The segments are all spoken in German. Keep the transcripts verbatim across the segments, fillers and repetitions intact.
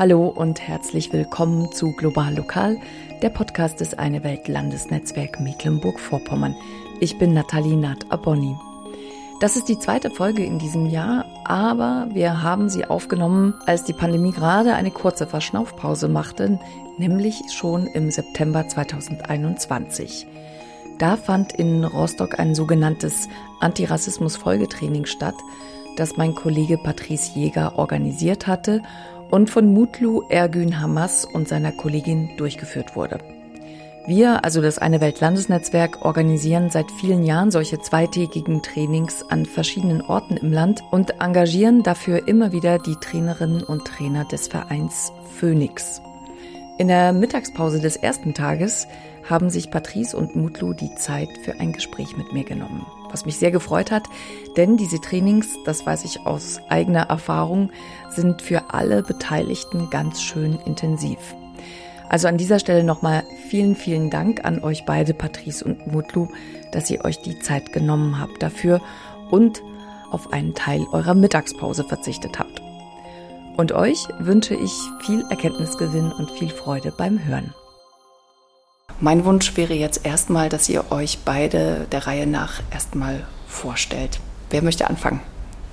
Hallo und herzlich willkommen zu Global Lokal, der Podcast des Eine Welt Landesnetzwerk Mecklenburg-Vorpommern. Ich bin Nathalie Nath-Abonni. Das ist die zweite Folge in diesem Jahr, aber wir haben sie aufgenommen, als die Pandemie gerade eine kurze Verschnaufpause machte, nämlich schon im September zweitausendeinundzwanzig. Da fand in Rostock ein sogenanntes Antirassismus-Folgetraining statt, das mein Kollege Patrice Jäger organisiert hatte und von Mutlu Ergün Hamas und seiner Kollegin durchgeführt wurde. Wir, also das Eine Welt Landesnetzwerk, organisieren seit vielen Jahren solche zweitägigen Trainings an verschiedenen Orten im Land und engagieren dafür immer wieder die Trainerinnen und Trainer des Vereins Phoenix. In der Mittagspause des ersten Tages haben sich Patrice und Mutlu die Zeit für ein Gespräch mit mir genommen. Was mich sehr gefreut hat, denn diese Trainings, das weiß ich aus eigener Erfahrung, sind für alle Beteiligten ganz schön intensiv. Also an dieser Stelle nochmal vielen, vielen Dank an euch beide, Patrice und Mutlu, dass ihr euch die Zeit genommen habt dafür und auf einen Teil eurer Mittagspause verzichtet habt. Und euch wünsche ich viel Erkenntnisgewinn und viel Freude beim Hören. Mein Wunsch wäre jetzt erstmal, dass ihr euch beide der Reihe nach erstmal vorstellt. Wer möchte anfangen?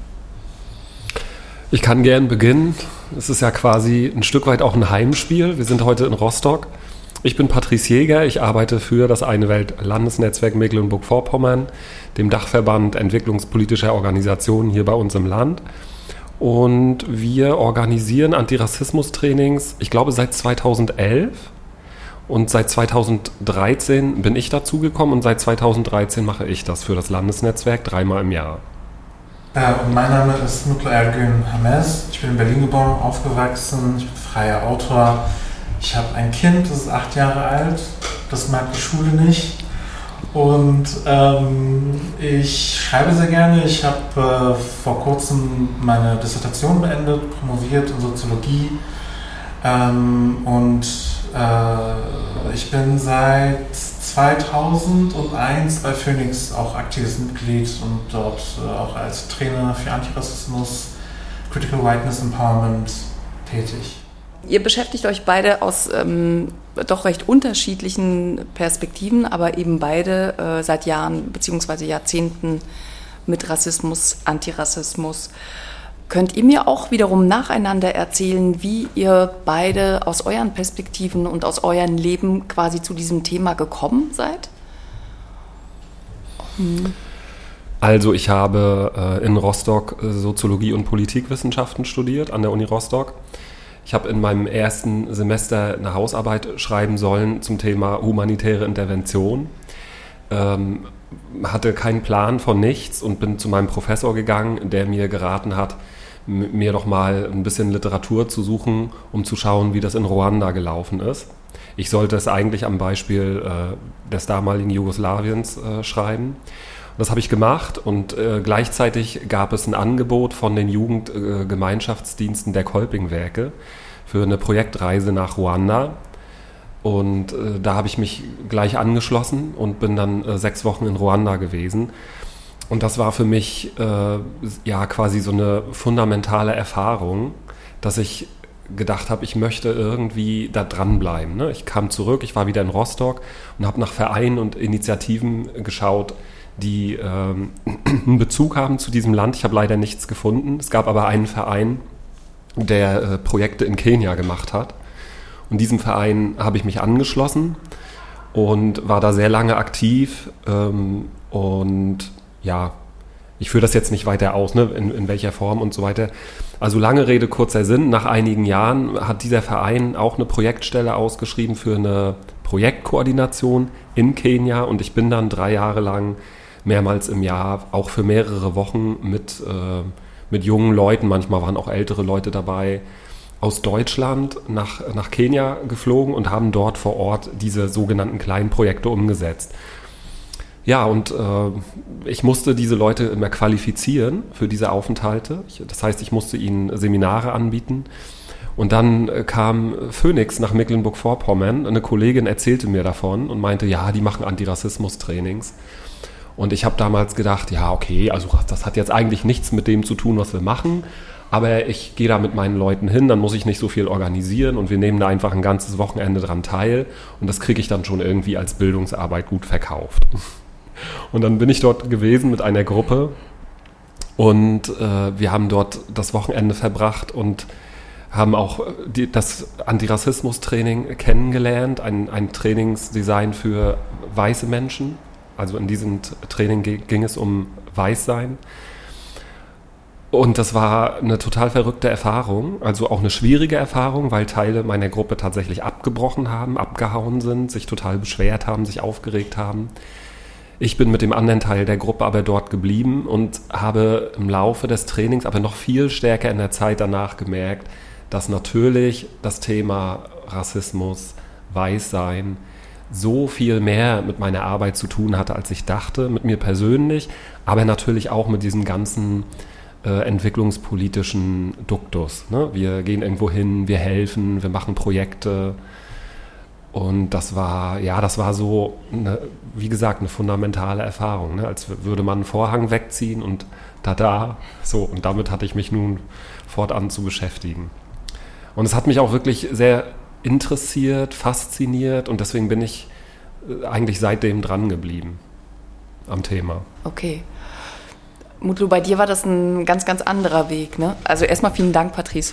Ich kann gern beginnen. Es ist ja quasi ein Stück weit auch ein Heimspiel. Wir sind heute in Rostock. Ich bin Patrice Jäger. Ich arbeite für das Eine Welt Landesnetzwerk Mecklenburg-Vorpommern, dem Dachverband entwicklungspolitischer Organisationen hier bei uns im Land. Und wir organisieren Antirassismus-Trainings, ich glaube seit zweitausendelf. Und seit zweitausenddreizehn bin ich dazugekommen und seit zweitausenddreizehn mache ich das für das Landesnetzwerk dreimal im Jahr. Ja, und mein Name ist Mutlu Ergün Hamas. Ich bin in Berlin geboren, aufgewachsen. Ich bin freier Autor. Ich habe ein Kind, das ist acht Jahre alt. Das mag die Schule nicht. Und ähm, ich schreibe sehr gerne. Ich habe äh, vor kurzem meine Dissertation beendet, promoviert in Soziologie. Ähm, und äh, ich bin seit zweitausendeins bei Phoenix auch aktives Mitglied und dort äh, auch als Trainer für Antirassismus, Critical Whiteness Empowerment tätig. Ihr beschäftigt euch beide aus ähm, doch recht unterschiedlichen Perspektiven, aber eben beide äh, seit Jahren bzw. Jahrzehnten mit Rassismus, Antirassismus. Könnt ihr mir auch wiederum nacheinander erzählen, wie ihr beide aus euren Perspektiven und aus eurem Leben quasi zu diesem Thema gekommen seid? Hm. Also ich habe äh, in Rostock äh, Soziologie und Politikwissenschaften studiert an der Uni Rostock. Ich habe in meinem ersten Semester eine Hausarbeit schreiben sollen zum Thema humanitäre Intervention. Ähm, hatte keinen Plan von nichts und bin zu meinem Professor gegangen, der mir geraten hat, mir doch mal ein bisschen Literatur zu suchen, um zu schauen, wie das in Ruanda gelaufen ist. Ich sollte es eigentlich am Beispiel äh, des damaligen Jugoslawiens äh, schreiben. Und das habe ich gemacht und äh, gleichzeitig gab es ein Angebot von den Jugendgemeinschaftsdiensten äh, der Kolpingwerke für eine Projektreise nach Ruanda. Und äh, da habe ich mich gleich angeschlossen und bin dann äh, sechs Wochen in Ruanda gewesen. Und das war für mich äh, ja quasi so eine fundamentale Erfahrung, dass ich gedacht habe, ich möchte irgendwie da dranbleiben. Ne? Ich kam zurück, ich war wieder in Rostock und habe nach Vereinen und Initiativen geschaut, die äh, einen Bezug haben zu diesem Land. Ich habe leider nichts gefunden. Es gab aber einen Verein, der äh, Projekte in Kenia gemacht hat. Und diesem Verein habe ich mich angeschlossen und war da sehr lange aktiv. Ähm, und ja, ich führe das jetzt nicht weiter aus, ne, in, in welcher Form und so weiter. Also lange Rede, kurzer Sinn. Nach einigen Jahren hat dieser Verein auch eine Projektstelle ausgeschrieben für eine Projektkoordination in Kenia. Und ich bin dann drei Jahre lang mehrmals im Jahr, auch für mehrere Wochen mit, äh, mit jungen Leuten, manchmal waren auch ältere Leute dabei, aus Deutschland nach, nach Kenia geflogen und haben dort vor Ort diese sogenannten kleinen Projekte umgesetzt. Ja, und äh, ich musste diese Leute immer qualifizieren für diese Aufenthalte. Ich, das heißt, ich musste ihnen Seminare anbieten. Und dann äh, kam Phoenix nach Mecklenburg-Vorpommern. Eine Kollegin erzählte mir davon und meinte, ja, die machen Antirassismus-Trainings. Und ich habe damals gedacht, ja, okay, also das hat jetzt eigentlich nichts mit dem zu tun, was wir machen. aber ich gehe da mit meinen Leuten hin, dann muss ich nicht so viel organisieren und wir nehmen da einfach ein ganzes Wochenende dran teil und das kriege ich dann schon irgendwie als Bildungsarbeit gut verkauft. Und dann bin ich dort gewesen mit einer Gruppe und äh, wir haben dort das Wochenende verbracht und haben auch die, das Antirassismus-Training kennengelernt, ein, ein Trainingsdesign für weiße Menschen. Also in diesem Training ging es um Weißsein. Und das war eine total verrückte Erfahrung, also auch eine schwierige Erfahrung, weil Teile meiner Gruppe tatsächlich abgebrochen haben, abgehauen sind, sich total beschwert haben, sich aufgeregt haben. Ich bin mit dem anderen Teil der Gruppe aber dort geblieben und habe im Laufe des Trainings, aber noch viel stärker in der Zeit danach gemerkt, dass natürlich das Thema Rassismus, Weißsein so viel mehr mit meiner Arbeit zu tun hatte, als ich dachte, mit mir persönlich, aber natürlich auch mit diesem ganzen äh, entwicklungspolitischen Duktus. Ne? Wir gehen irgendwo hin, wir helfen, wir machen Projekte und das war, ja, das war so, eine, wie gesagt, eine fundamentale Erfahrung, ne? Als würde man einen Vorhang wegziehen und tada, so, und damit hatte ich mich nun fortan zu beschäftigen. Und es hat mich auch wirklich sehr interessiert, fasziniert und deswegen bin ich eigentlich seitdem dran geblieben am Thema. Okay. Mutlu, bei dir war das ein ganz, ganz anderer Weg, ne? Also erstmal vielen Dank, Patrice.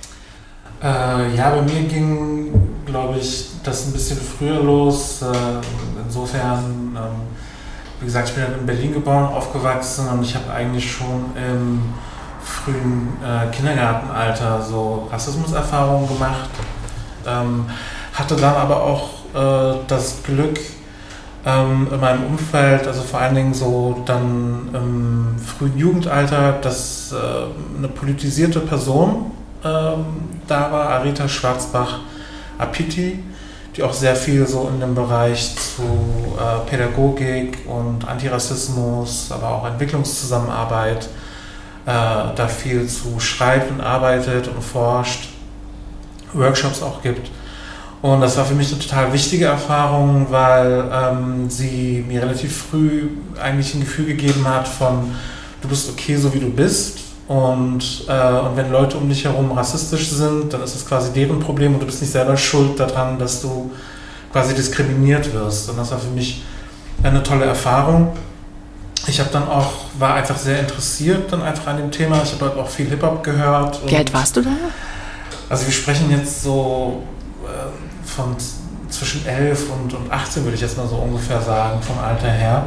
Äh, ja, bei mir ging, glaube ich, das ein bisschen früher los. Äh, insofern, ähm, wie gesagt, ich bin in Berlin geboren, aufgewachsen und ich habe eigentlich schon im frühen äh, Kindergartenalter so Rassismuserfahrungen gemacht. Ähm, hatte dann aber auch äh, das Glück, ähm, in meinem Umfeld, also vor allen Dingen so dann im frühen Jugendalter, dass äh, eine politisierte Person ähm, da war, Arita Schwarzbach-Apiti, die auch sehr viel so in dem Bereich zu äh, Pädagogik und Antirassismus, aber auch Entwicklungszusammenarbeit äh, da viel zu schreibt und arbeitet und forscht, Workshops auch gibt. Und das war für mich eine total wichtige Erfahrung, weil ähm, sie mir relativ früh eigentlich ein Gefühl gegeben hat von, du bist okay, so wie du bist. Und, äh, und wenn Leute um dich herum rassistisch sind, dann ist es quasi deren Problem und du bist nicht selber schuld daran, dass du quasi diskriminiert wirst. Und das war für mich eine tolle Erfahrung. Ich habe dann auch, war einfach sehr interessiert dann einfach an dem Thema. Ich habe halt auch viel Hip-Hop gehört. Wie alt warst du da? Also wir sprechen jetzt so äh, von zwischen elf und, und achtzehn, würde ich jetzt mal so ungefähr sagen, vom Alter her.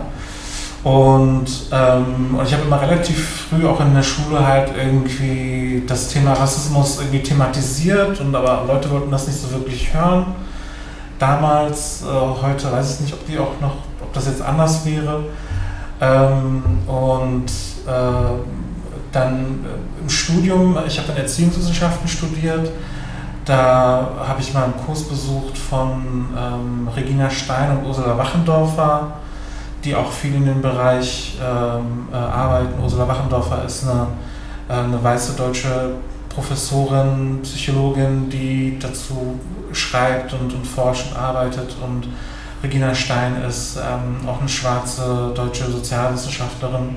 Und, ähm, und ich habe immer relativ früh auch in der Schule halt irgendwie das Thema Rassismus irgendwie thematisiert, und aber Leute wollten das nicht so wirklich hören. Damals, äh, heute weiß ich nicht, ob die auch noch, ob das jetzt anders wäre. Ähm, und äh, dann äh, im Studium, ich habe dann Erziehungswissenschaften studiert, da habe ich mal einen Kurs besucht von ähm, Regina Stein und Ursula Wachendorfer, die auch viel in dem Bereich ähm, äh, arbeiten. Ursula Wachendorfer ist eine, äh, eine weiße deutsche Professorin, Psychologin, die dazu schreibt und, und forscht und arbeitet, und Regina Stein ist ähm, auch eine schwarze deutsche Sozialwissenschaftlerin.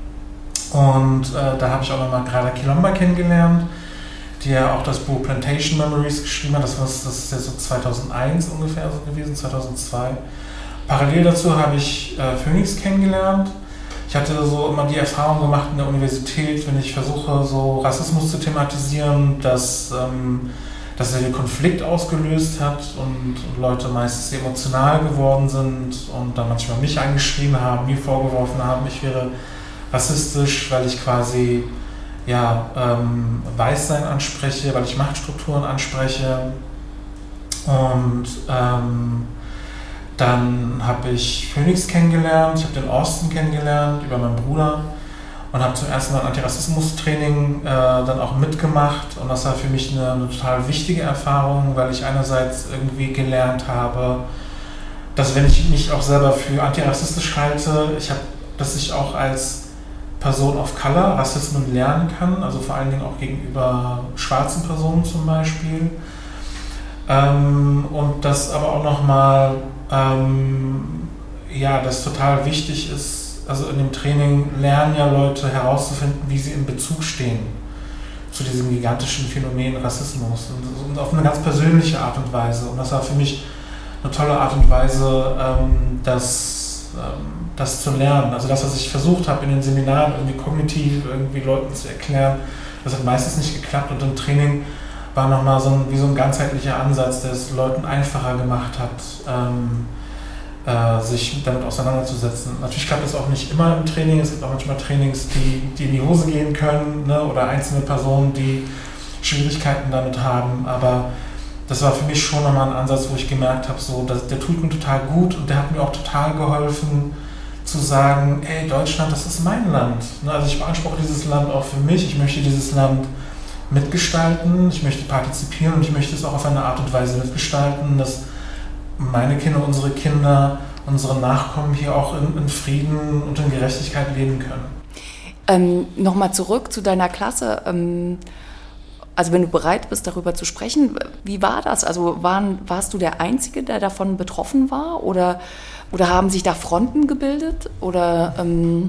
Und äh, da habe ich auch nochmal Grada Kilomba kennengelernt, die ja auch das Buch Plantation Memories geschrieben hat. Das, war, das ist ja so zweitausendeins ungefähr so gewesen, zweitausendzwei. Parallel dazu habe ich äh, Phoenix kennengelernt. Ich hatte so immer die Erfahrung gemacht in der Universität, wenn ich versuche, so Rassismus zu thematisieren, dass, ähm, dass er den Konflikt ausgelöst hat und, und Leute meistens emotional geworden sind und dann manchmal mich angeschrieben haben, mir vorgeworfen haben, ich wäre rassistisch, weil ich quasi ja, ähm, Weißsein anspreche, weil ich Machtstrukturen anspreche. Und ähm, dann habe ich Phoenix kennengelernt, ich habe den Austin kennengelernt über meinen Bruder und habe zum ersten Mal ein Antirassismus-Training äh, dann auch mitgemacht, und das war für mich eine, eine total wichtige Erfahrung, weil ich einerseits irgendwie gelernt habe, dass wenn ich mich auch selber für antirassistisch halte, ich habe, dass ich auch als Person of Color Rassismen lernen kann, also vor allen Dingen auch gegenüber schwarzen Personen zum Beispiel. Ähm, und das aber auch nochmal, ähm, ja, das total wichtig ist, also in dem Training lernen ja Leute herauszufinden, wie sie in Bezug stehen zu diesem gigantischen Phänomen Rassismus und, und auf eine ganz persönliche Art und Weise. Und das war für mich eine tolle Art und Weise, ähm, das, ähm, das zu lernen. Also das, was ich versucht habe in den Seminaren, irgendwie kognitiv irgendwie Leuten zu erklären, das hat meistens nicht geklappt. Und im Training war nochmal so ein, wie so ein ganzheitlicher Ansatz, der es Leuten einfacher gemacht hat, ähm, äh, sich damit auseinanderzusetzen. Natürlich klappt es auch nicht immer im Training. Es gibt auch manchmal Trainings, die, die in die Hose gehen können, ne? Oder einzelne Personen, die Schwierigkeiten damit haben. Aber das war für mich schon nochmal ein Ansatz, wo ich gemerkt habe, so, dass, der tut mir total gut und der hat mir auch total geholfen, zu sagen, ey, Deutschland, das ist mein Land. Ne? Also ich beanspruche dieses Land auch für mich. Ich möchte dieses Land mitgestalten, ich möchte partizipieren und ich möchte es auch auf eine Art und Weise mitgestalten, dass meine Kinder, unsere Kinder, unsere Nachkommen hier auch in, in Frieden und in Gerechtigkeit leben können. Ähm, Nochmal zurück zu deiner Klasse. Ähm, also wenn du bereit bist, darüber zu sprechen, wie war das? Also waren, warst du der Einzige, der davon betroffen war? Oder, oder haben sich da Fronten gebildet? Oder, ähm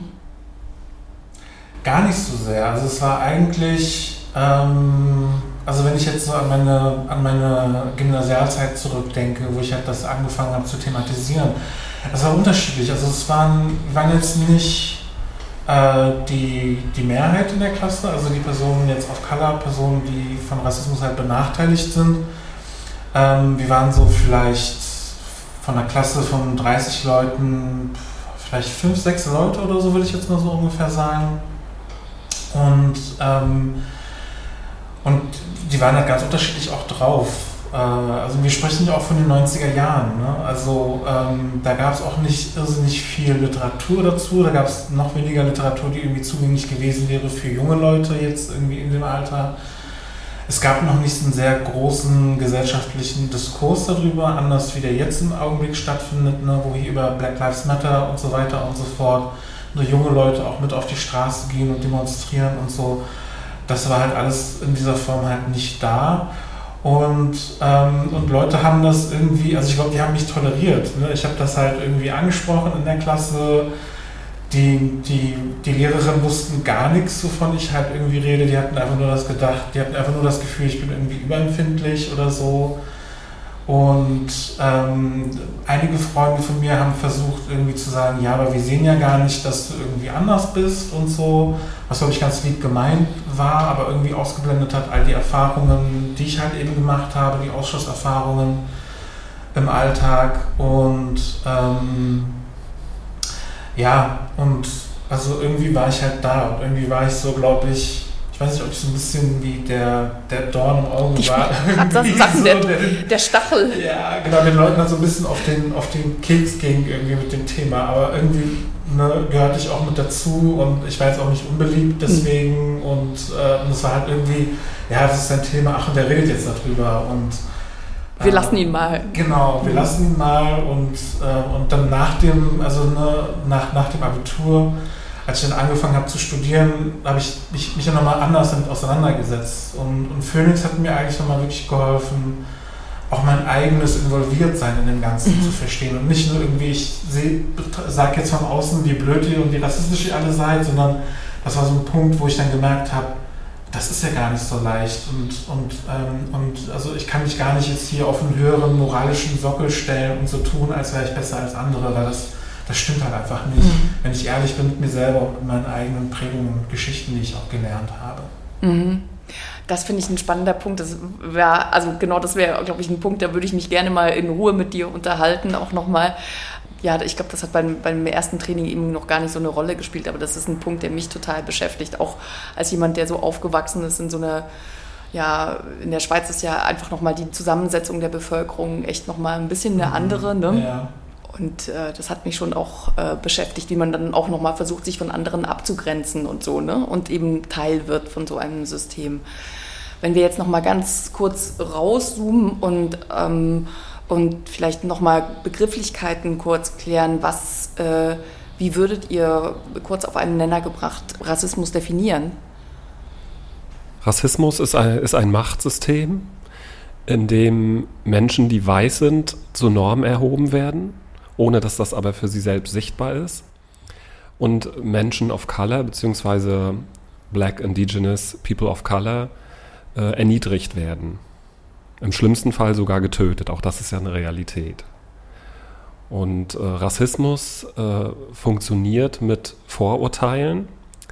Gar nicht so sehr. Also es war eigentlich... Ähm, also wenn ich jetzt so an meine, an meine Gymnasialzeit zurückdenke, wo ich halt das angefangen habe zu thematisieren, das war unterschiedlich. Also es waren, waren jetzt nicht äh, die, die Mehrheit in der Klasse, also die Personen jetzt of Color, Personen, die von Rassismus halt benachteiligt sind. Ähm, wir waren so vielleicht von einer Klasse von dreißig Leuten, vielleicht fünf, sechs Leute oder so, würde ich jetzt mal so ungefähr sagen. Und ähm, Und die waren halt ganz unterschiedlich auch drauf. Also wir sprechen ja auch von den neunziger Jahren. Ne? Also ähm, da gab es auch nicht irrsinnig viel Literatur dazu. Da gab es noch weniger Literatur, die irgendwie zugänglich gewesen wäre für junge Leute jetzt irgendwie in dem Alter. Es gab noch nicht einen sehr großen gesellschaftlichen Diskurs darüber, anders wie der jetzt im Augenblick stattfindet, ne? Wo hier über Black Lives Matter und so weiter und so fort nur junge Leute auch mit auf die Straße gehen und demonstrieren und so. Das war halt alles in dieser Form halt nicht da. Und, ähm, und Leute haben das irgendwie, also ich glaube, die haben mich toleriert. Ne? Ich habe das halt irgendwie angesprochen in der Klasse. Die, die, die Lehrerinnen wussten gar nichts, wovon ich halt irgendwie rede. Die hatten einfach nur das gedacht, die hatten einfach nur das Gefühl, ich bin irgendwie überempfindlich oder so. Und ähm, einige Freunde von mir haben versucht irgendwie zu sagen, ja, aber wir sehen ja gar nicht, dass du irgendwie anders bist und so, was glaube ich ganz lieb gemeint war, aber irgendwie ausgeblendet hat all die Erfahrungen, die ich halt eben gemacht habe, die Ausschusserfahrungen im Alltag und ähm, ja, und also irgendwie war ich halt da und irgendwie war ich so, glaube ich, ich weiß nicht, ob ich so ein bisschen wie der, der Dorn im Auge war. Das sagt so der, der, der Stachel. Ja, genau, den Leuten dann so ein bisschen auf den, auf den Keks ging irgendwie mit dem Thema. Aber irgendwie ne, gehörte ich auch mit dazu und ich war jetzt auch nicht unbeliebt deswegen. Mhm. Und äh, es war halt irgendwie, ja, das ist ein Thema, ach, und der redet jetzt darüber. Und wir äh, lassen ihn mal. Genau, wir mhm. lassen ihn mal. Und, äh, und dann nach dem, also ne, nach, nach dem Abitur, als ich dann angefangen habe zu studieren, habe ich mich, mich dann nochmal anders damit auseinandergesetzt. Und, und Phoenix hat mir eigentlich nochmal wirklich geholfen, auch mein eigenes Involviertsein in dem Ganzen mhm. zu verstehen. Und nicht nur irgendwie, ich sage jetzt von außen, wie blöd ihr und wie rassistisch ihr alle seid, sondern das war so ein Punkt, wo ich dann gemerkt habe, das ist ja gar nicht so leicht. Und, und, ähm, und also ich kann mich gar nicht jetzt hier auf einen höheren moralischen Sockel stellen und so tun, als wäre ich besser als andere, weil das Das stimmt halt einfach nicht, mhm. wenn ich ehrlich bin mit mir selber und mit meinen eigenen Prägungen und Geschichten, die ich auch gelernt habe. Mhm. Das finde ich ein spannender Punkt. Das wär, also genau, das wäre, glaube ich, ein Punkt, da würde ich mich gerne mal in Ruhe mit dir unterhalten, auch nochmal. Ja, ich glaube, das hat beim, beim ersten Training eben noch gar nicht so eine Rolle gespielt, aber das ist ein Punkt, der mich total beschäftigt, auch als jemand, der so aufgewachsen ist in so einer, ja, in der Schweiz ist ja einfach nochmal die Zusammensetzung der Bevölkerung echt nochmal ein bisschen eine andere, ne? Ja. Und äh, das hat mich schon auch äh, beschäftigt, wie man dann auch nochmal versucht, sich von anderen abzugrenzen und so, ne? Und eben Teil wird von so einem System. Wenn wir jetzt nochmal ganz kurz rauszoomen und, ähm, und vielleicht nochmal Begrifflichkeiten kurz klären, was, äh, wie würdet ihr kurz auf einen Nenner gebracht Rassismus definieren? Rassismus ist ein, ist ein Machtsystem, in dem Menschen, die weiß sind, zur Norm erhoben werden, ohne dass das aber für sie selbst sichtbar ist. Und Menschen of Color, beziehungsweise Black, Indigenous, People of Color äh, erniedrigt werden. Im schlimmsten Fall sogar getötet. Auch das ist ja eine Realität. Und äh, Rassismus äh, funktioniert mit Vorurteilen.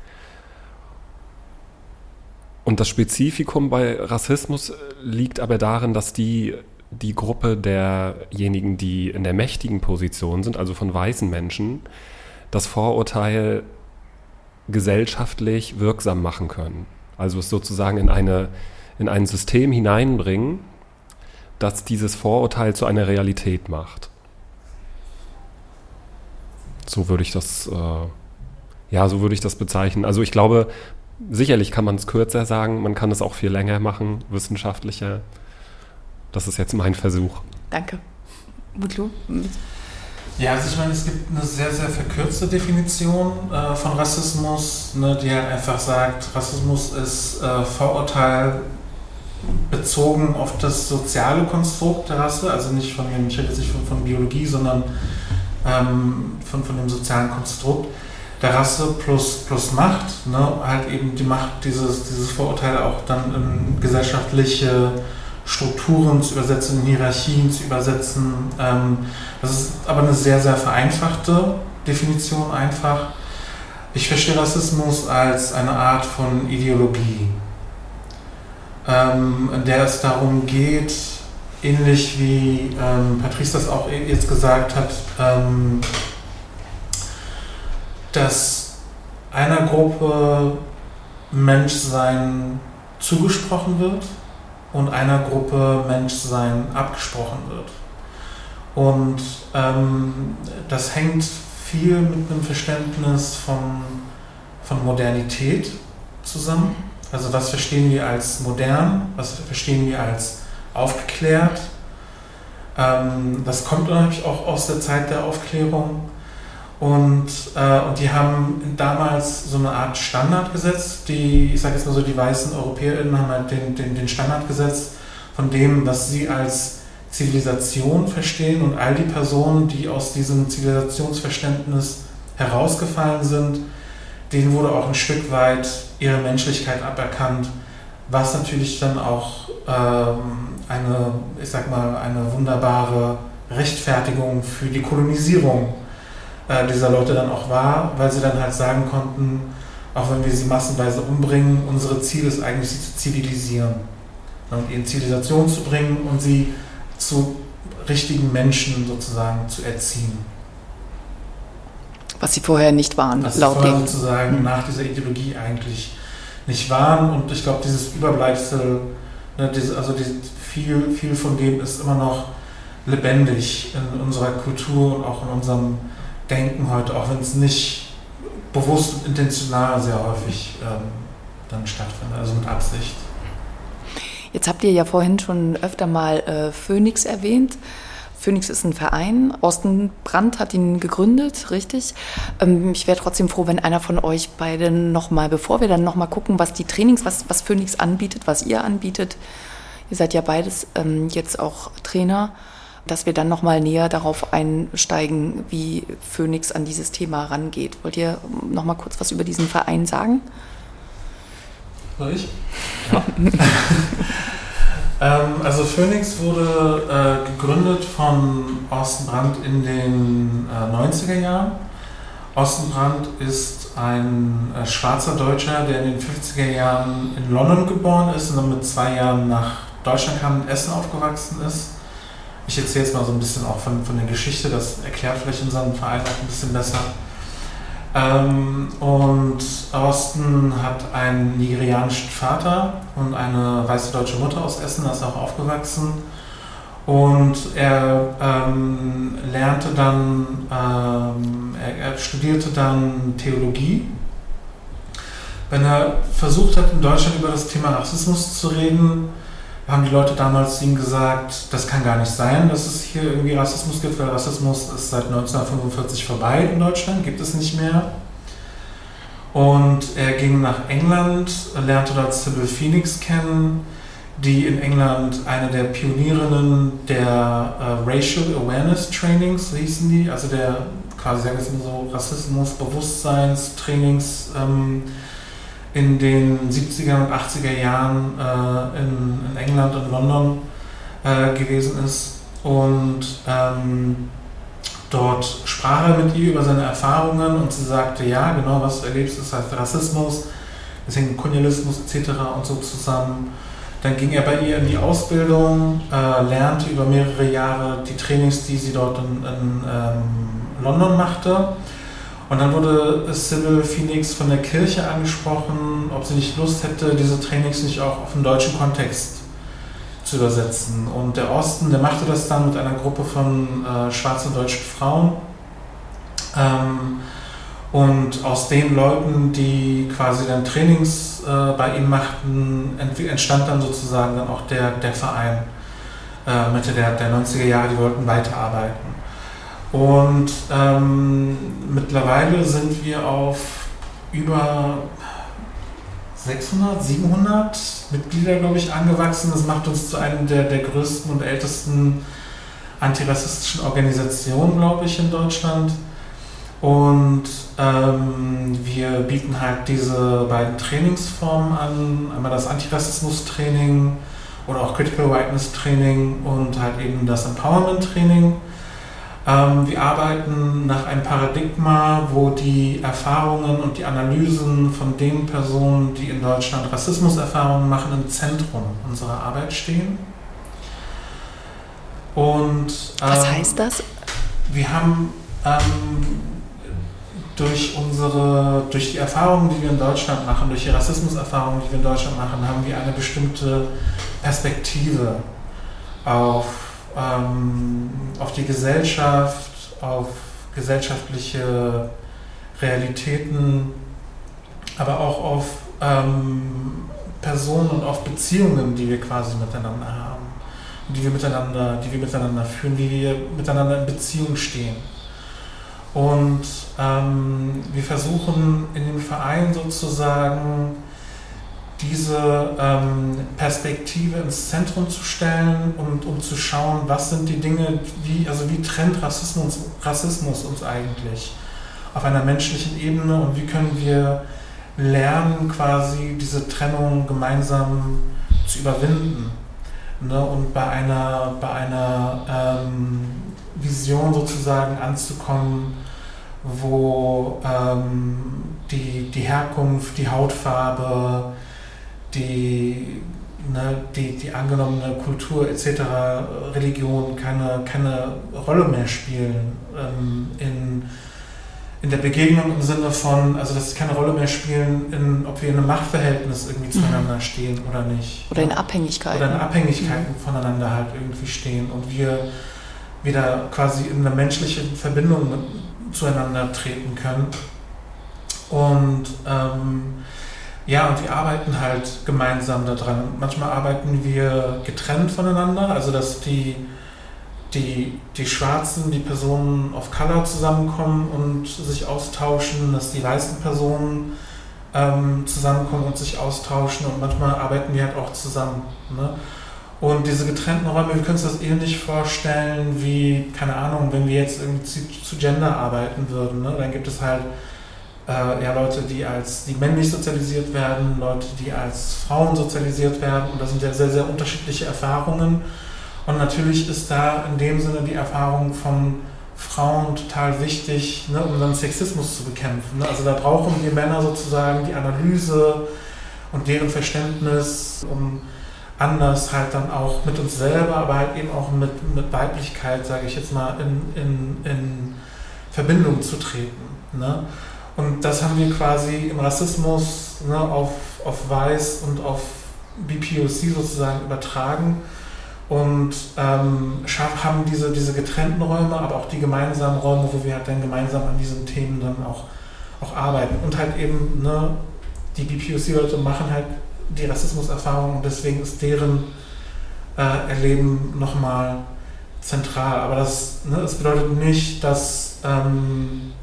Und das Spezifikum bei Rassismus liegt aber darin, dass die, die Gruppe derjenigen, die in der mächtigen Position sind, also von weißen Menschen, das Vorurteil gesellschaftlich wirksam machen können. Also es sozusagen in, eine, in ein System hineinbringen, das dieses Vorurteil zu einer Realität macht. So würde ich das, äh, ja, so würde ich das bezeichnen. Also ich glaube, sicherlich kann man es kürzer sagen, man kann es auch viel länger machen, wissenschaftlicher. Das ist jetzt mein Versuch. Danke. Mutlu? Ja, also ich meine, es gibt eine sehr, sehr verkürzte Definition äh, von Rassismus, ne, die halt einfach sagt, Rassismus ist äh, Vorurteil bezogen auf das soziale Konstrukt der Rasse, also nicht von, ich rede jetzt nicht von, von Biologie, sondern ähm, von, von dem sozialen Konstrukt der Rasse plus, plus Macht, ne, halt eben die Macht, dieses, dieses Vorurteil auch dann in gesellschaftliche Strukturen zu übersetzen, in Hierarchien zu übersetzen. Ähm, das ist aber eine sehr, sehr vereinfachte Definition einfach. Ich verstehe Rassismus als eine Art von Ideologie, ähm, in der es darum geht, ähnlich wie ähm, Patrice das auch jetzt gesagt hat, ähm, dass einer Gruppe Menschsein zugesprochen wird und einer Gruppe Menschsein abgesprochen wird. Und ähm, das hängt viel mit einem Verständnis von, von Modernität zusammen. Also was verstehen wir als modern, was verstehen wir als aufgeklärt. Ähm, das kommt natürlich auch aus der Zeit der Aufklärung. Und, äh, und die haben damals so eine Art Standard gesetzt. Die, ich sage jetzt mal so, die weißen EuropäerInnen haben halt den, den, den Standard gesetzt von dem, was sie als Zivilisation verstehen. Und all die Personen, die aus diesem Zivilisationsverständnis herausgefallen sind, denen wurde auch ein Stück weit ihre Menschlichkeit aberkannt, was natürlich dann auch ähm, eine, ich sag mal, eine wunderbare Rechtfertigung für die Kolonisierung dieser Leute dann auch war, weil sie dann halt sagen konnten, auch wenn wir sie massenweise umbringen, unsere Ziel ist eigentlich, sie zu zivilisieren und in Zivilisation zu bringen und sie zu richtigen Menschen sozusagen zu erziehen. Was sie vorher nicht waren, Was laut sie vorher dem. sozusagen mhm. nach dieser Ideologie eigentlich nicht waren. Und ich glaube, dieses Überbleibsel, ne, diese, also diese, viel, viel von dem ist immer noch lebendig in unserer Kultur und auch in unserem Denken heute, auch wenn es nicht bewusst und intentional sehr häufig ähm, dann stattfindet, also mit Absicht. Jetzt habt ihr ja vorhin schon öfter mal äh, Phoenix erwähnt. Phoenix ist ein Verein, Orsten Brandt hat ihn gegründet, richtig. Ähm, ich wäre trotzdem froh, wenn einer von euch beiden nochmal, bevor wir dann nochmal gucken, was die Trainings, was, was Phoenix anbietet, was ihr anbietet, ihr seid ja beides ähm, jetzt auch Trainer, dass wir dann nochmal näher darauf einsteigen, wie Phoenix an dieses Thema rangeht. Wollt ihr nochmal kurz was über diesen Verein sagen? Soll ich? Ja. ähm, also Phoenix wurde äh, gegründet von Orsten Brandt in den äh, neunziger Jahren. Orsten Brandt ist ein äh, schwarzer Deutscher, der in den fünfziger Jahren in London geboren ist und dann mit zwei Jahren nach Deutschland kam, in Essen aufgewachsen ist. Ich erzähle jetzt mal so ein bisschen auch von, von der Geschichte, das erklärt vielleicht unseren Verein auch ein bisschen besser. Ähm, und Orsten hat einen nigerianischen Vater und eine weiße deutsche Mutter aus Essen, da ist er auch aufgewachsen. Und er ähm, lernte dann, ähm, er, er studierte dann Theologie. Wenn er versucht hat, in Deutschland über das Thema Rassismus zu reden, haben die Leute damals ihm gesagt, das kann gar nicht sein, dass es hier irgendwie Rassismus gibt, weil Rassismus ist seit neunzehnhundertfünfundvierzig vorbei in Deutschland, gibt es nicht mehr. Und er ging nach England, lernte dort Sybil Phoenix kennen, die in England eine der Pionierinnen der äh, Racial Awareness Trainings, so hießen die, also der quasi, sagen wir es mal so, Rassismus-Bewusstseinstrainings ähm, in den siebziger und achtziger Jahren äh, in, in England und London äh, gewesen ist. Und ähm, dort sprach er mit ihr über seine Erfahrungen und sie sagte, ja, genau, was du erlebst, ist halt Rassismus, es hängt Kolonialismus et cetera und so zusammen. Dann ging er bei ihr in die Ausbildung, äh, lernte über mehrere Jahre die Trainings, die sie dort in, in ähm, London machte. Und dann wurde Sybil Phoenix von der Kirche angesprochen, ob sie nicht Lust hätte, diese Trainings nicht auch auf den deutschen Kontext zu übersetzen. Und der Osten, der machte das dann mit einer Gruppe von äh, schwarzen deutschen Frauen. Ähm, und aus den Leuten, die quasi dann Trainings äh, bei ihm machten, entstand dann sozusagen dann auch der, der Verein äh, Mitte der, der neunziger Jahre, die wollten weiterarbeiten. Und ähm, mittlerweile sind wir auf über sechshundert, siebenhundert Mitglieder, glaube ich, angewachsen. Das macht uns zu einem der, der größten und ältesten antirassistischen Organisationen, glaube ich, in Deutschland. Und ähm, wir bieten halt diese beiden Trainingsformen an. Einmal das Antirassismus-Training oder auch Critical Whiteness-Training und halt eben das Empowerment-Training. Ähm, wir arbeiten nach einem Paradigma, wo die Erfahrungen und die Analysen von den Personen, die in Deutschland Rassismuserfahrungen machen, im Zentrum unserer Arbeit stehen. Und, ähm, was heißt das? Wir haben ähm, durch unsere, durch die Erfahrungen, die wir in Deutschland machen, durch die Rassismuserfahrungen, die wir in Deutschland machen, haben wir eine bestimmte Perspektive auf Ähm, auf die Gesellschaft, auf gesellschaftliche Realitäten, aber auch auf ähm, Personen und auf Beziehungen, die wir quasi miteinander haben, die wir miteinander, die wir miteinander führen, wie wir miteinander in Beziehung stehen. Und ähm, wir versuchen in dem Verein sozusagen diese ähm, Perspektive ins Zentrum zu stellen und um zu schauen, was sind die Dinge, wie, also wie trennt Rassismus, Rassismus uns eigentlich auf einer menschlichen Ebene und wie können wir lernen, quasi diese Trennung gemeinsam zu überwinden. Ne? Und bei einer, bei einer ähm, Vision sozusagen anzukommen, wo ähm, die, die Herkunft, die Hautfarbe, Die, ne, die, die angenommene Kultur et cetera, Religion keine, keine Rolle mehr spielen ähm, in, in der Begegnung im Sinne von, also dass sie keine Rolle mehr spielen, in, ob wir in einem Machtverhältnis irgendwie mhm. zueinander stehen oder nicht. Oder in Abhängigkeiten. Oder in Abhängigkeiten mhm. voneinander halt irgendwie stehen und wir wieder quasi in eine menschliche Verbindung mit, zueinander treten können. Und ähm, ja, und wir arbeiten halt gemeinsam daran. Manchmal arbeiten wir getrennt voneinander, also dass die, die, die Schwarzen, die Personen of Color zusammenkommen und sich austauschen, dass die weißen Personen ähm, zusammenkommen und sich austauschen und manchmal arbeiten wir halt auch zusammen. Ne? Und diese getrennten Räume, wir können uns das ähnlich vorstellen wie, keine Ahnung, wenn wir jetzt irgendwie zu, zu Gender arbeiten würden, ne? Dann gibt es halt Äh, ja, Leute, die als die männlich sozialisiert werden, Leute, die als Frauen sozialisiert werden und das sind ja sehr, sehr unterschiedliche Erfahrungen und natürlich ist da in dem Sinne die Erfahrung von Frauen total wichtig, ne, um dann Sexismus zu bekämpfen. Ne? Also da brauchen wir Männer sozusagen die Analyse und deren Verständnis, um anders halt dann auch mit uns selber, aber halt eben auch mit, mit Weiblichkeit, sage ich jetzt mal, in, in, in Verbindung zu treten. Ne? Und das haben wir quasi im Rassismus, ne, auf, auf Weiß und auf B P O C sozusagen übertragen und ähm, schaff, haben diese, diese getrennten Räume, aber auch die gemeinsamen Räume, wo wir halt dann gemeinsam an diesen Themen dann auch, auch arbeiten. Und halt eben, ne, die B P O C-Leute machen halt die Rassismuserfahrung und deswegen ist deren äh, Erleben nochmal zentral. Aber das, ne, das bedeutet nicht, dass ähm,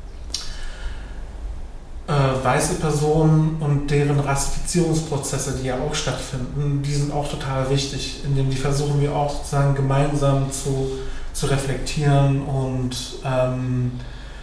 Äh, weiße Personen und deren Rassifizierungsprozesse, die ja auch stattfinden, die sind auch total wichtig, indem die versuchen wir auch sozusagen gemeinsam zu, zu reflektieren und ähm,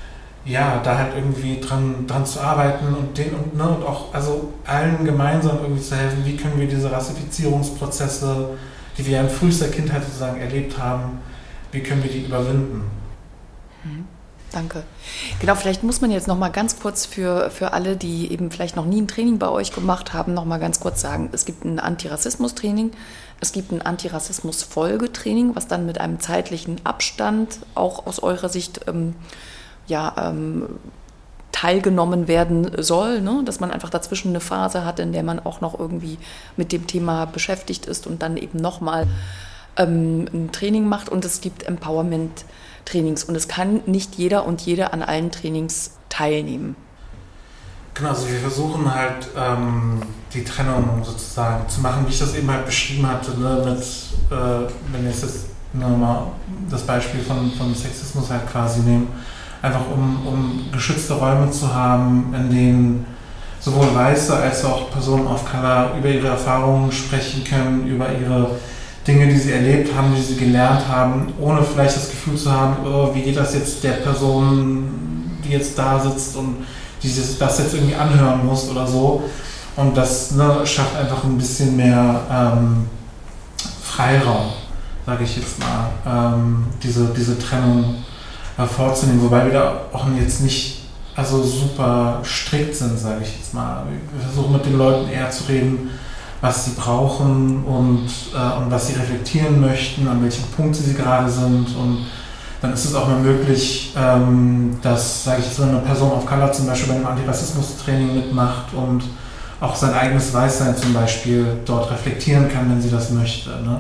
ja, da halt irgendwie dran, dran zu arbeiten und den und, ne, und auch also allen gemeinsam irgendwie zu helfen, wie können wir diese Rassifizierungsprozesse, die wir ja in frühester Kindheit sozusagen erlebt haben, wie können wir die überwinden? Mhm. Danke. Genau, vielleicht muss man jetzt noch mal ganz kurz für, für alle, die eben vielleicht noch nie ein Training bei euch gemacht haben, noch mal ganz kurz sagen, es gibt ein Antirassismus-Training, es gibt ein Antirassismus-Folgetraining, was dann mit einem zeitlichen Abstand auch aus eurer Sicht ähm, ja, ähm, teilgenommen werden soll, ne? Dass man einfach dazwischen eine Phase hat, in der man auch noch irgendwie mit dem Thema beschäftigt ist und dann eben noch mal ähm, ein Training macht, und es gibt Empowerment Trainings und es kann nicht jeder und jede an allen Trainings teilnehmen. Genau, also wir versuchen halt ähm, die Trennung sozusagen zu machen, wie ich das eben halt beschrieben hatte, ne, mit, äh, wenn wir jetzt mal das Beispiel von, von Sexismus halt quasi nehmen, einfach um, um geschützte Räume zu haben, in denen sowohl Weiße als auch Personen of Color über ihre Erfahrungen sprechen können, über ihre Dinge, die sie erlebt haben, die sie gelernt haben, ohne vielleicht das Gefühl zu haben, oh, wie geht das jetzt der Person, die jetzt da sitzt und die das jetzt irgendwie anhören muss oder so. Und das ne, schafft einfach ein bisschen mehr ähm, Freiraum, sage ich jetzt mal, ähm, diese, diese Trennung äh, vorzunehmen. Wobei wir da auch jetzt nicht also super strikt sind, sage ich jetzt mal. Wir versuchen mit den Leuten eher zu reden, was sie brauchen und, äh, und was sie reflektieren möchten, an welchem Punkt sie gerade sind. Und dann ist es auch mal möglich, ähm, dass, sage ich jetzt mal, eine Person of Color zum Beispiel bei einem Antirassismus-Training mitmacht und auch sein eigenes Weißsein zum Beispiel dort reflektieren kann, wenn sie das möchte. Ne?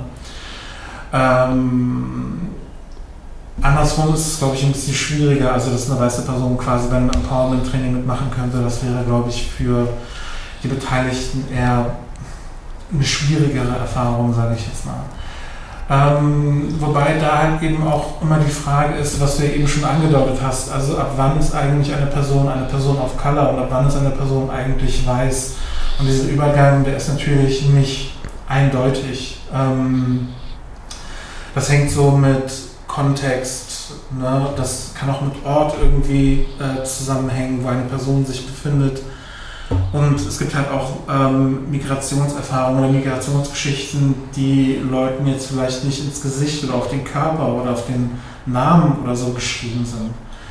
Ähm, andersrum ist es, glaube ich, ein bisschen schwieriger, also dass eine weiße Person quasi bei einem Empowerment-Training mitmachen könnte. Das wäre, glaube ich, für die Beteiligten eher eine schwierigere Erfahrung, sage ich jetzt mal. Ähm, wobei da halt eben auch immer die Frage ist, was du ja eben schon angedeutet hast, also ab wann ist eigentlich eine Person eine Person of Color und ab wann ist eine Person eigentlich weiß? Und dieser Übergang, der ist natürlich nicht eindeutig. Ähm, das hängt so mit Kontext, ne? Das kann auch mit Ort irgendwie äh, zusammenhängen, wo eine Person sich befindet. Und es gibt halt auch ähm, Migrationserfahrungen oder Migrationsgeschichten, die Leuten jetzt vielleicht nicht ins Gesicht oder auf den Körper oder auf den Namen oder so geschrieben sind.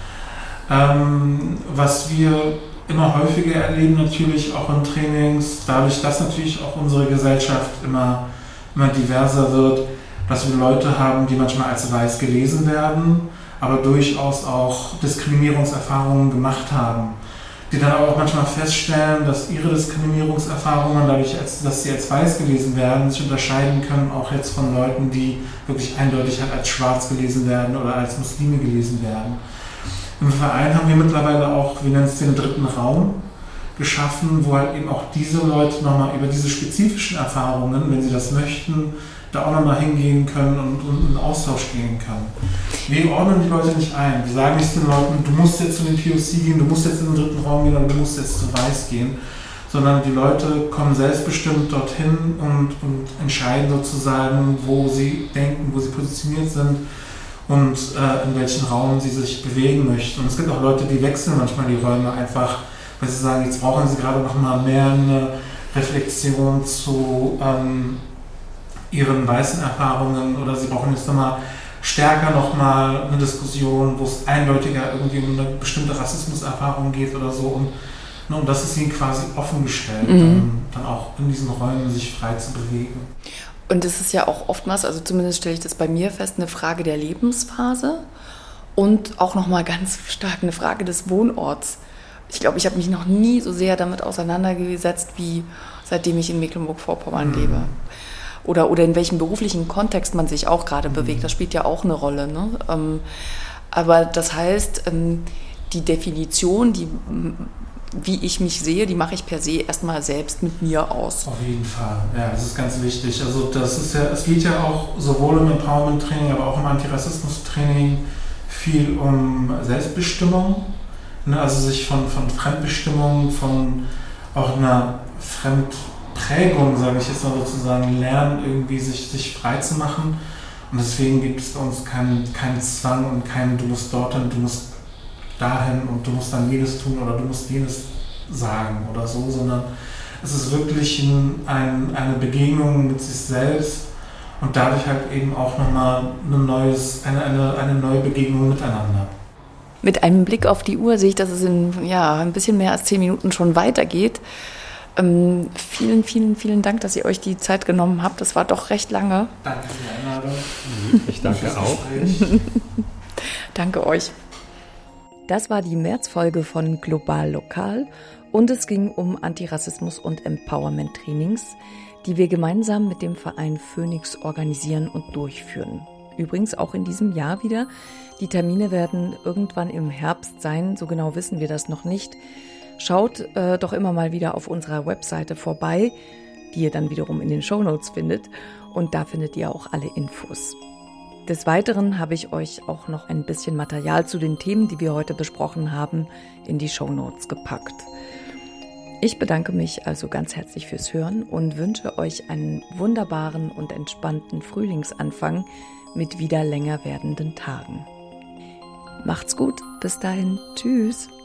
Ähm, was wir immer häufiger erleben, natürlich auch in Trainings, dadurch, dass natürlich auch unsere Gesellschaft immer, immer diverser wird, dass wir Leute haben, die manchmal als weiß gelesen werden, aber durchaus auch Diskriminierungserfahrungen gemacht haben, die dann aber auch manchmal feststellen, dass ihre Diskriminierungserfahrungen, dadurch, dass sie als weiß gelesen werden, sich unterscheiden können, auch jetzt von Leuten, die wirklich eindeutig halt als schwarz gelesen werden oder als Muslime gelesen werden. Im Verein haben wir mittlerweile auch, wir nennen es den dritten Raum, geschaffen, wo halt eben auch diese Leute nochmal über diese spezifischen Erfahrungen, wenn sie das möchten, da auch nochmal hingehen können und, und in Austausch gehen können. Wir ordnen die Leute nicht ein. Wir sagen nicht den Leuten, du musst jetzt zu den P O C gehen, du musst jetzt in den dritten Raum gehen oder du musst jetzt zu weiß gehen, sondern die Leute kommen selbstbestimmt dorthin und, und entscheiden sozusagen, wo sie denken, wo sie positioniert sind und äh, in welchen Raum sie sich bewegen möchten. Und es gibt auch Leute, die wechseln manchmal die Räume einfach, weil sie sagen, jetzt brauchen sie gerade noch mal mehr eine Reflexion zu ähm, ihren weißen Erfahrungen oder sie brauchen jetzt nochmal stärker nochmal eine Diskussion, wo es eindeutiger irgendwie um eine bestimmte Rassismuserfahrung geht oder so. Und, ne, und das ist ihnen quasi offengestellt, mhm. dann, dann auch in diesen Räumen sich frei zu bewegen. Und es ist ja auch oftmals, also zumindest stelle ich das bei mir fest, eine Frage der Lebensphase und auch nochmal ganz stark eine Frage des Wohnorts. Ich glaube, ich habe mich noch nie so sehr damit auseinandergesetzt, wie seitdem ich in Mecklenburg-Vorpommern mhm. lebe. Oder, oder in welchem beruflichen Kontext man sich auch gerade mhm. bewegt, das spielt ja auch eine Rolle. Ne? Ähm, aber das heißt, ähm, die Definition, die, wie ich mich sehe, die mache ich per se erstmal selbst mit mir aus. Auf jeden Fall, ja, das ist ganz wichtig. Also das ist ja, es geht ja auch sowohl im Empowerment-Training, aber auch im Antirassismus-Training viel um Selbstbestimmung, ne? Also sich von, von Fremdbestimmung, von auch einer Fremd Prägung, sage ich jetzt mal sozusagen, lernen, irgendwie sich, sich frei zu machen. Und deswegen gibt es bei uns keinen, keinen Zwang und keinen, du musst dort und du musst dahin und du musst dann jedes tun oder du musst jenes sagen oder so, sondern es ist wirklich ein, ein, eine Begegnung mit sich selbst und dadurch halt eben auch nochmal eine, neues, eine, eine, eine neue Begegnung miteinander. Mit einem Blick auf die Uhr sehe ich, dass es in ja, ein bisschen mehr als zehn Minuten schon weitergeht. Ähm, vielen, vielen, vielen Dank, dass ihr euch die Zeit genommen habt. Das war doch recht lange. Danke für die Einladung. Ich danke auch. Danke euch. Das war die Märzfolge von Global Lokal und es ging um Antirassismus und Empowerment-Trainings, die wir gemeinsam mit dem Verein Phoenix organisieren und durchführen. Übrigens auch in diesem Jahr wieder. Die Termine werden irgendwann im Herbst sein, so genau wissen wir das noch nicht. Schaut äh, doch immer mal wieder auf unserer Webseite vorbei, die ihr dann wiederum in den Shownotes findet. Und da findet ihr auch alle Infos. Des Weiteren habe ich euch auch noch ein bisschen Material zu den Themen, die wir heute besprochen haben, in die Shownotes gepackt. Ich bedanke mich also ganz herzlich fürs Hören und wünsche euch einen wunderbaren und entspannten Frühlingsanfang mit wieder länger werdenden Tagen. Macht's gut, bis dahin, tschüss.